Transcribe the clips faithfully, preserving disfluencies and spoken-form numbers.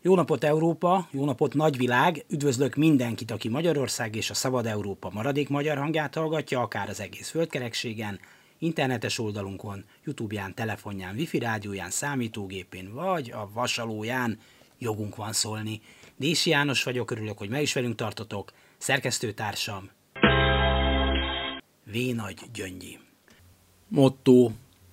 Jó napot Európa, jó napot nagyvilág, üdvözlök mindenkit, aki Magyarország és a Szabad Európa maradék magyar hangját hallgatja, akár az egész földkerekségen, internetes oldalunkon, YouTube-ján, telefonján, wifi rádióján, számítógépén, vagy a vasalóján. Jogunk van szólni. Dési János vagyok, örülök, hogy meg is velünk tartotok. Szerkesztőtársam V. Nagy Gyöngyi. Motto.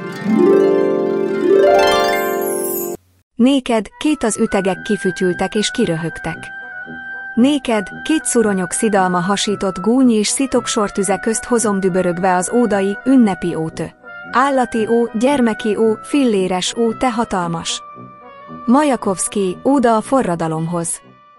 Néked két az ütegek kifütyültek és kiröhögtek. Néked két szuronyok szidalma hasított gúny és szitoksortüze közt hozom dübörögve az ódai, ünnepi ótö. Állati ó, gyermeki ó, filléres ó, te hatalmas. Majakovszky, óda a forradalomhoz.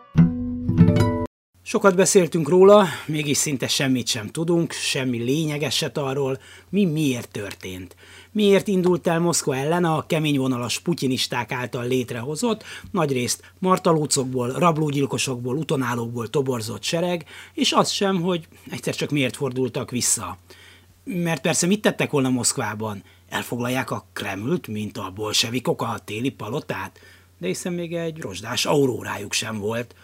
Sokat beszéltünk róla, mégis szinte semmit sem tudunk, semmi lényegeset arról, mi miért történt. Miért indult el Moszkva ellen a keményvonalas putyinisták által létrehozott, nagyrészt martalócokból, rablógyilkosokból, utonálókból toborzott sereg, és az sem, hogy egyszer csak miért fordultak vissza. Mert persze mit tettek volna Moszkvában? Elfoglalják a Kremlt, mint a bolsevikok a téli palotát? De hiszen még egy rozsdás aurórájuk sem volt.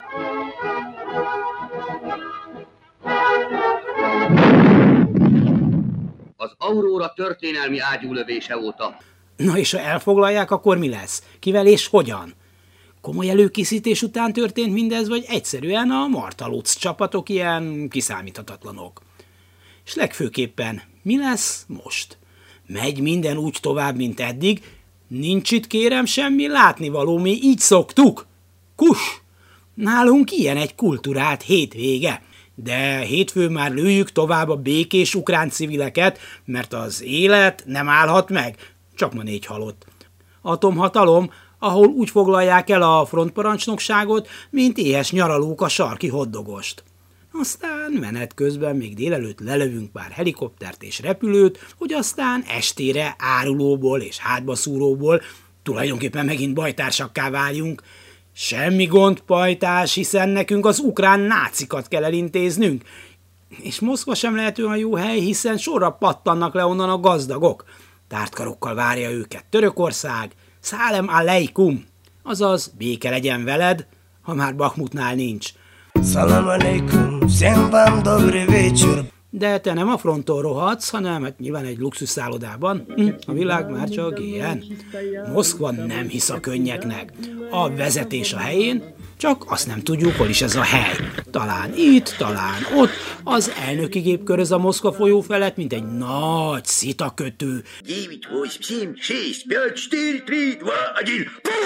Az Aurora történelmi ágyúlövése óta. Na és ha elfoglalják, akkor mi lesz? Kivel és hogyan? Komoly előkészítés után történt mindez, vagy egyszerűen a martalóc csapatok ilyen kiszámíthatatlanok? És legfőképpen, mi lesz most? Megy minden úgy tovább, mint eddig? Nincs itt kérem semmi látnivaló, mi így szoktuk? Kus! Nálunk ilyen egy kulturált hétvége. De hétfőn már lőjük tovább a békés ukrán civileket, mert az élet nem állhat meg. Csak ma négy halott. Atomhatalom, ahol úgy foglalják el a frontparancsnokságot, mint éhes nyaralók a sarki hoddogost. Aztán menet közben még délelőtt lelövünk pár helikoptert és repülőt, hogy aztán estére árulóból és hátbaszúróból tulajdonképpen megint bajtársakká váljunk. Semmi gond, pajtás, hiszen nekünk az ukrán nácikat kell elintéznünk. És Moszkva sem lehet olyan jó hely, hiszen sorra pattannak le onnan a gazdagok. Tártkarokkal várja őket Törökország, szálem aleikum, azaz béke legyen veled, ha már Bakhmutnál nincs. Szalam aleikum, всем вам добрый вечер. De te nem a fronton rohadsz, hanem hát nyilván egy luxusszállodában. Hm, a világ már csak ilyen. Moszkva nem hisz a könnyeknek. A vezetés a helyén, csak azt nem tudjuk, hol is ez a hely. Talán itt, talán ott. Az elnöki gép köröz a Moszkva folyó felett, mint egy nagy szitakötő. девять, восемь, семь, шесть, пять, четыре, три, два, один.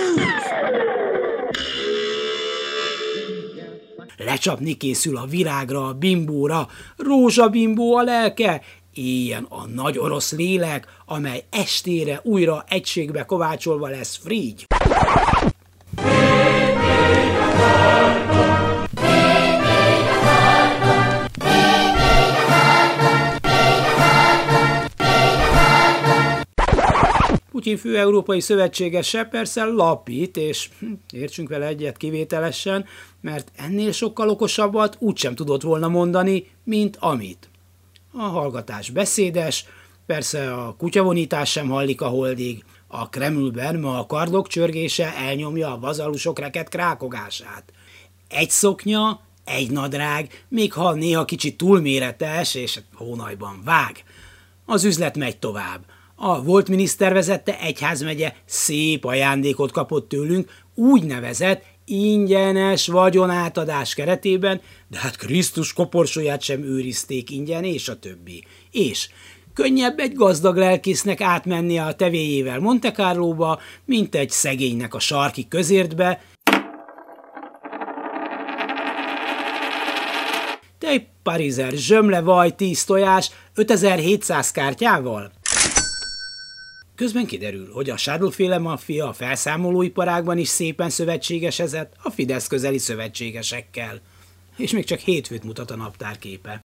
Lecsapni készül a virágra, a bimbóra, rózsabimbó a lelke, éljen a nagy orosz lélek, amely estére újra egységbe kovácsolva lesz frigy. Putyin fő európai szövetségese persze lapít, és értsünk vele egyet kivételesen, mert ennél sokkal okosabbat úgysem tudott volna mondani, mint amit. A hallgatás beszédes, persze a kutyavonítás sem hallik a holdig, a Kremlben ma a kardok csörgése elnyomja a vazalusok reket krákogását. Egy szoknya, egy nadrág, még ha néha kicsit túlméretes és hónajban vág. Az üzlet megy tovább. A volt miniszter vezette egyházmegye szép ajándékot kapott tőlünk, úgynevezett ingyenes vagyonátadás keretében, de hát Krisztus koporsóját sem őrizték ingyen, és a többi. És könnyebb egy gazdag lelkésznek átmenni a tevéjével Monte Carlóba, mint egy szegénynek a sarki közértbe. Tej parizer, zsömle, vaj, tíz tojás, ötezer-hétszáz kártyával? Közben kiderül, hogy a Sádl-féle maffia a felszámolóiparágban is szépen szövetségesezett a Fidesz közeli szövetségesekkel. És még csak hétfőt mutat a naptárképe.